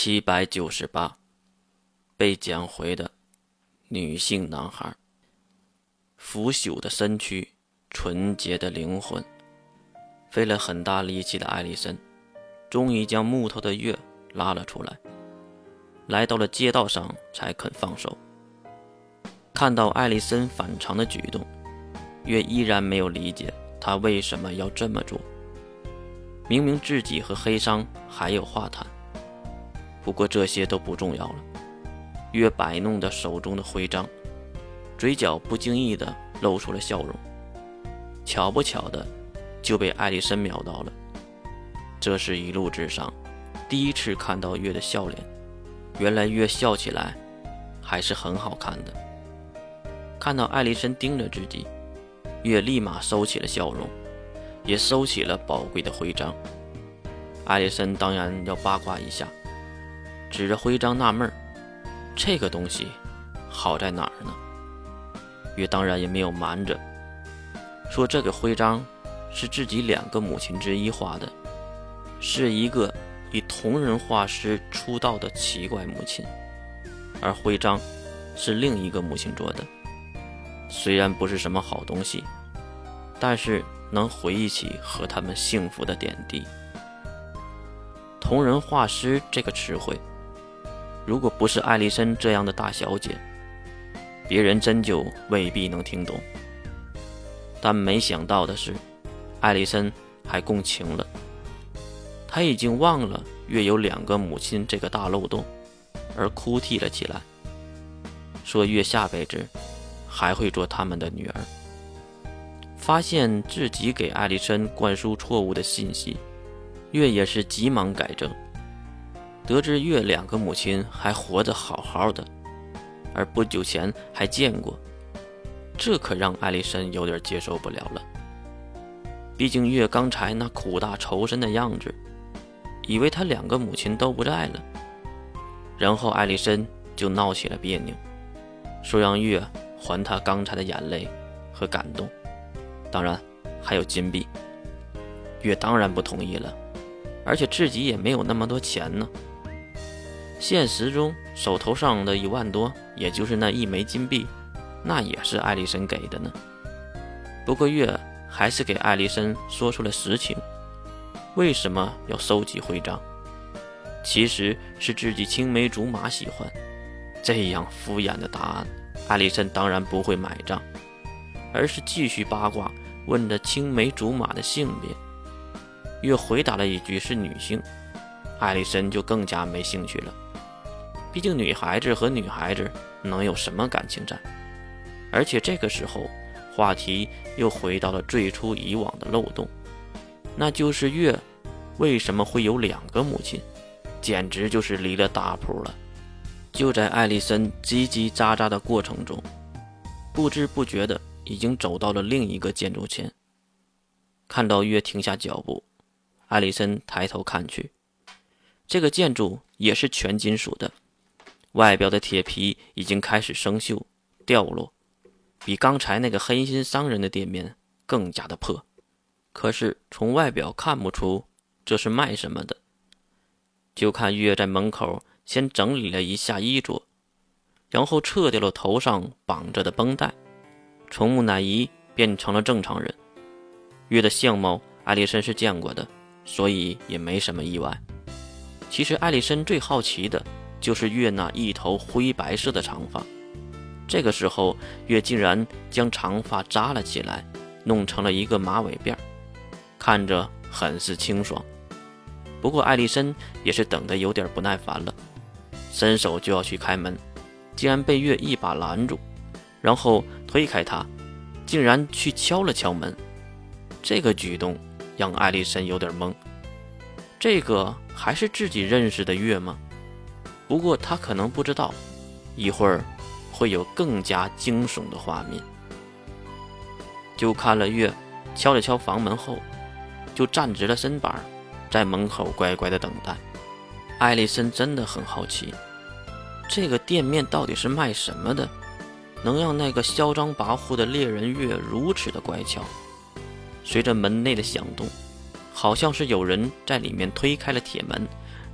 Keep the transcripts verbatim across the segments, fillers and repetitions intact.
七百九十八，被捡回的女性男孩，腐朽的身躯，纯洁的灵魂。费了很大力气的艾丽森，终于将木头的月拉了出来，来到了街道上才肯放手。看到艾丽森反常的举动，月依然没有理解他为什么要这么做。明明自己和黑商还有话谈，不过这些都不重要了。月摆弄着手中的徽章，嘴角不经意地露出了笑容。巧不巧的就被艾丽森瞄到了，这是一路之上第一次看到月的笑脸。原来月笑起来还是很好看的。看到艾丽森盯着自己，月立马收起了笑容，也收起了宝贵的徽章。艾丽森当然要八卦一下，指着徽章纳闷，这个东西好在哪儿呢？月当然也没有瞒着，说这个徽章是自己两个母亲之一画的，是一个以同人画师出道的奇怪母亲，而徽章是另一个母亲做的。虽然不是什么好东西，但是能回忆起和他们幸福的点滴。同人画师这个词汇，如果不是艾丽森这样的大小姐，别人真就未必能听懂。但没想到的是，艾丽森还共情了。她已经忘了月有两个母亲这个大漏洞，而哭啼了起来，说月下辈子还会做他们的女儿。发现自己给艾丽森灌输错误的信息，月也是急忙改正。得知月两个母亲还活得好好的，而不久前还见过，这可让艾丽森有点接受不了了。毕竟月刚才那苦大仇深的样子，以为他两个母亲都不在了。然后艾丽森就闹起了别扭，说让月还他刚才的眼泪和感动，当然还有金币。月当然不同意了，而且自己也没有那么多钱呢。现实中手头上的一万多，也就是那一枚金币，那也是艾丽森给的呢。不过月还是给艾丽森说出了实情，为什么要收集徽章？其实是自己青梅竹马喜欢。这样敷衍的答案，艾丽森当然不会买账，而是继续八卦，问着青梅竹马的性别。月回答了一句是女性，艾丽森就更加没兴趣了。毕竟女孩子和女孩子能有什么感情在？而且这个时候话题又回到了最初以往的漏洞，那就是月为什么会有两个母亲，简直就是离了大谱了。就在艾丽森叽叽喳喳的过程中，不知不觉的已经走到了另一个建筑前。看到月停下脚步，艾丽森抬头看去，这个建筑也是全金属的，外表的铁皮已经开始生锈掉落，比刚才那个黑心商人的店面更加的破。可是从外表看不出这是卖什么的。就看月在门口先整理了一下衣着，然后撤掉了头上绑着的绷带，从木乃伊变成了正常人。月的相貌艾丽森是见过的，所以也没什么意外。其实艾丽森最好奇的就是月那一头灰白色的长发。这个时候月竟然将长发扎了起来，弄成了一个马尾辫，看着很是清爽。不过艾丽森也是等得有点不耐烦了，伸手就要去开门，竟然被月一把拦住，然后推开他，竟然去敲了敲门。这个举动让艾丽森有点懵，这个还是自己认识的月吗？不过他可能不知道，一会儿会有更加惊悚的画面。就看了月敲了敲房门后，就站直了身板，在门口乖乖的等待。艾丽森真的很好奇，这个店面到底是卖什么的，能让那个嚣张跋扈的猎人月如此的乖巧。随着门内的响动，好像是有人在里面推开了铁门，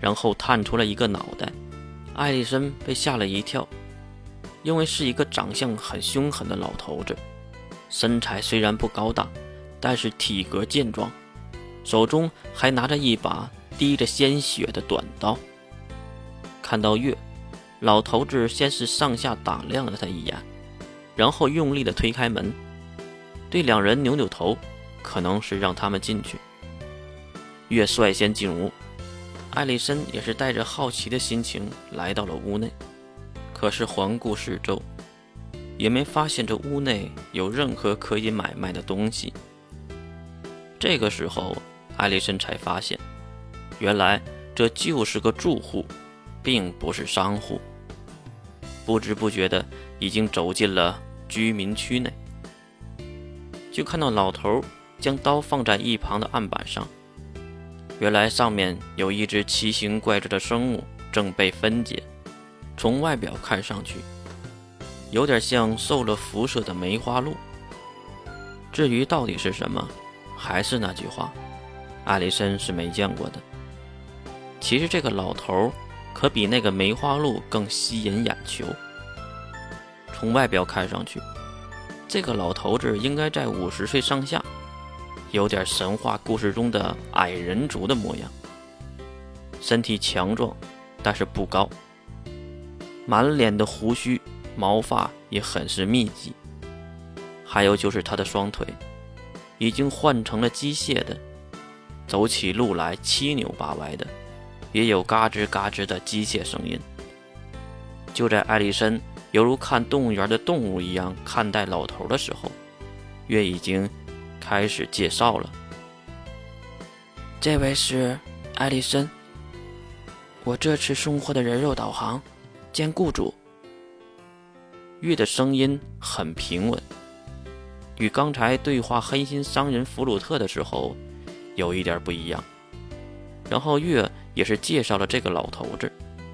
然后探出了一个脑袋。艾丽森被吓了一跳，因为是一个长相很凶狠的老头子，身材虽然不高大，但是体格健壮，手中还拿着一把滴着鲜血的短刀。看到月，老头子先是上下打量了他一眼，然后用力地推开门，对两人扭扭头，可能是让他们进去。月率先进屋，艾丽森也是带着好奇的心情来到了屋内，可是环顾四周，也没发现这屋内有任何可以买卖的东西。这个时候，艾丽森才发现，原来这就是个住户，并不是商户。不知不觉的已经走进了居民区内，就看到老头将刀放在一旁的案板上，原来上面有一只奇形怪状的生物正被分解，从外表看上去有点像受了辐射的梅花鹿。至于到底是什么，还是那句话，艾丽森是没见过的。其实这个老头可比那个梅花鹿更吸引眼球。从外表看上去，这个老头子应该在五十岁上下，有点神话故事中的矮人族的模样。身体强壮，但是不高，满脸的胡须，毛发也很是密集。还有就是他的双腿已经换成了机械的，走起路来七扭八歪的，也有嘎吱嘎吱的机械声音。就在艾丽森犹如看动物园的动物一样看待老头的时候，月已经开始介绍了。这位是艾丽森，我这次送货的人肉导航兼雇主。月的声音很平稳，与刚才对话黑心商人弗鲁特的时候有一点不一样。然后月也是介绍了这个老头子。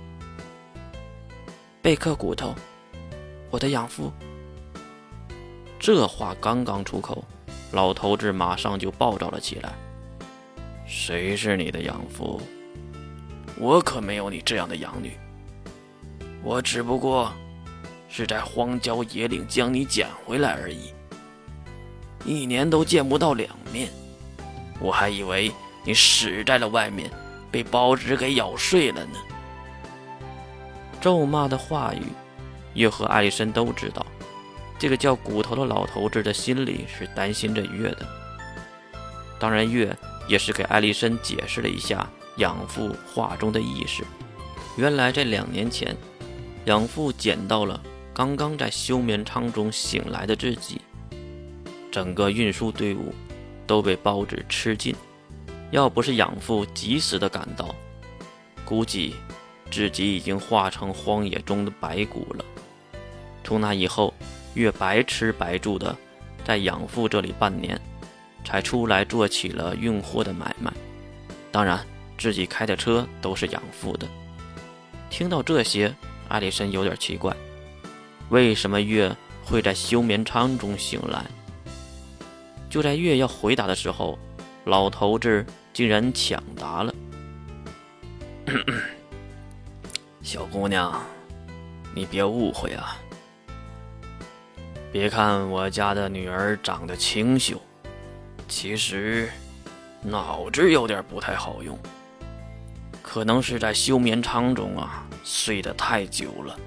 贝克骨头，我的养父。这话刚刚出口，老头子马上就暴躁了起来。谁是你的养父？我可没有你这样的养女，我只不过是在荒郊野岭将你捡回来而已，一年都见不到两面，我还以为你死在了外面，被包子给咬碎了呢。咒骂的话语，月和艾丽森都知道，这个叫骨头的老头子的心里是担心着月的。当然，月也是给艾丽森解释了一下养父话中的意思。原来在两年前，养父捡到了刚刚在休眠舱中醒来的自己，整个运输队伍都被包子吃尽。要不是养父及时的赶到，估计自己已经化成荒野中的白骨了。从那以后，月白吃白住的在养父这里半年，才出来做起了运货的买卖。当然，自己开的车都是养父的。听到这些，艾丽森有点奇怪，为什么月会在休眠舱中醒来？就在月要回答的时候，老头子竟然抢答了。小姑娘，你别误会啊，别看我家的女儿长得清秀，其实脑子有点不太好用，可能是在休眠舱中啊睡得太久了。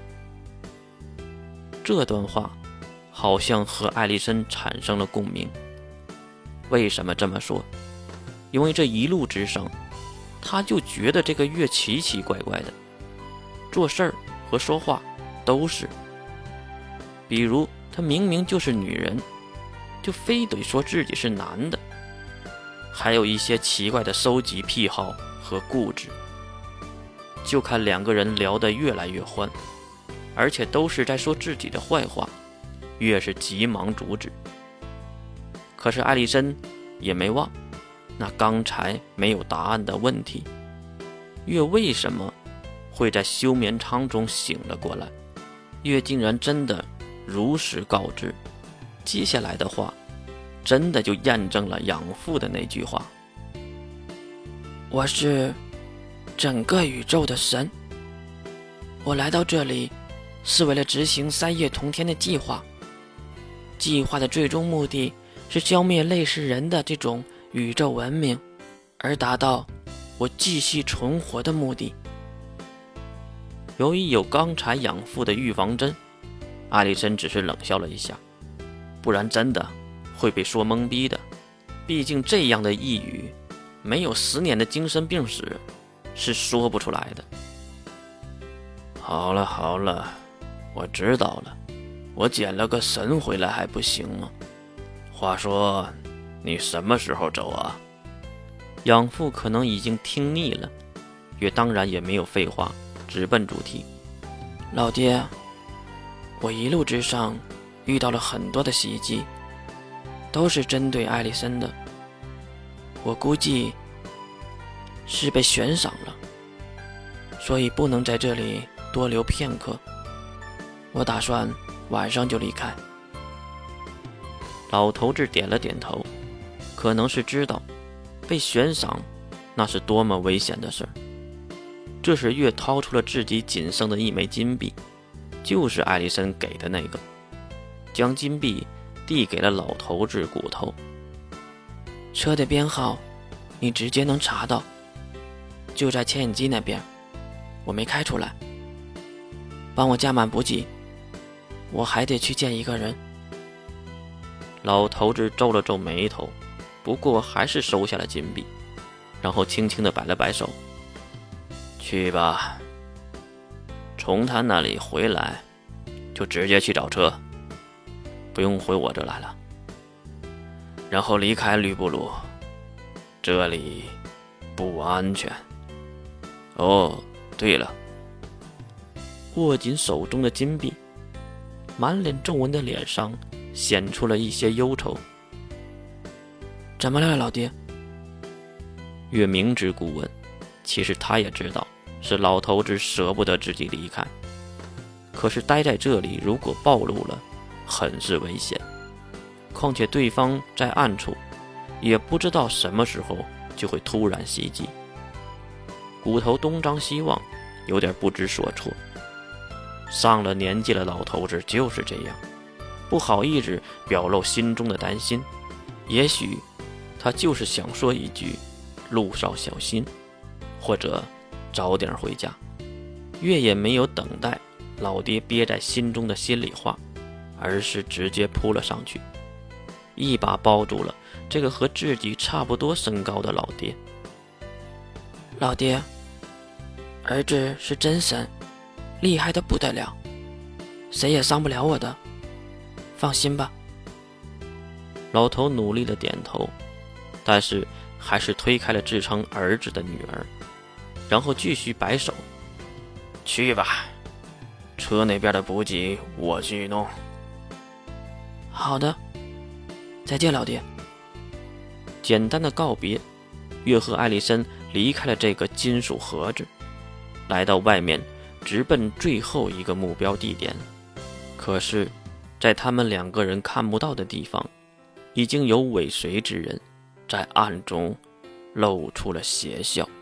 这段话好像和艾丽森产生了共鸣。为什么这么说？因为这一路之上，他就觉得这个月奇奇怪怪的，做事儿和说话都是。比如他明明就是女人，就非得说自己是男的，还有一些奇怪的收集癖好和固执。就看两个人聊得越来越欢，而且都是在说自己的坏话，月是急忙阻止。可是艾丽森也没忘那刚才没有答案的问题，月为什么会在休眠舱中醒了过来？月竟然真的如实告知，接下来的话真的就验证了养父的那句话：我是整个宇宙的神。我来到这里是为了执行三叶同天的计划，计划的最终目的是消灭类似人的这种宇宙文明，而达到我继续存活的目的。 由于有刚才养父的预防针，艾丽森只是冷笑了一下，不然真的会被说懵逼的。毕竟这样的一语，没有十年的精神病史是说不出来的。好了好了，我知道了，我捡了个神回来还不行吗？话说，你什么时候走啊？养父可能已经听腻了，月当然也没有废话，直奔主题。 老爹，我一路之上遇到了很多的袭击，都是针对艾丽森的。我估计是被悬赏了，所以不能在这里多留片刻。我打算晚上就离开。 老头子点了点头，可能是知道被悬赏那是多么危险的事儿。这时月掏出了自己仅剩的一枚金币，就是艾丽森给的那个，将金币递给了老头子骨头。 车的编号你直接能查到，就在牵引机那边，我没开出来。帮我加满补给，我还得去见一个人。 老头子皱了皱眉头，不过还是收下了金币，然后轻轻地摆了摆手。去吧，从他那里回来就直接去找车，不用回我这来了。然后离开吕布鲁，这里不安全。哦，对了，握紧手中的金币，满脸皱纹的脸上显出了一些忧愁。 怎么了，老爹？ 月明知故问，其实他也知道是老头子舍不得自己离开，可是待在这里如果暴露了，很是危险。况且对方在暗处，也不知道什么时候就会突然袭击。骨头东张西望，有点不知所措。上了年纪的老头子就是这样，不好意思表露心中的担心。也许他就是想说一句路上小心，或者早点回家。月也没有等待老爹憋在心中的心里话，而是直接扑了上去，一把抱住了这个和自己差不多身高的老爹。 老爹，儿子是真神，厉害的不得了，谁也伤不了我的，放心吧。 老头努力的点头，但是还是推开了自称儿子的女儿，然后继续摆手。去吧，车那边的补给我去弄。 好的，再见老爹。 简单的告别，月和艾丽森离开了这个金属盒子，来到外面，直奔最后一个目标地点。可是在他们两个人看不到的地方，已经有尾随之人在暗中露出了邪笑。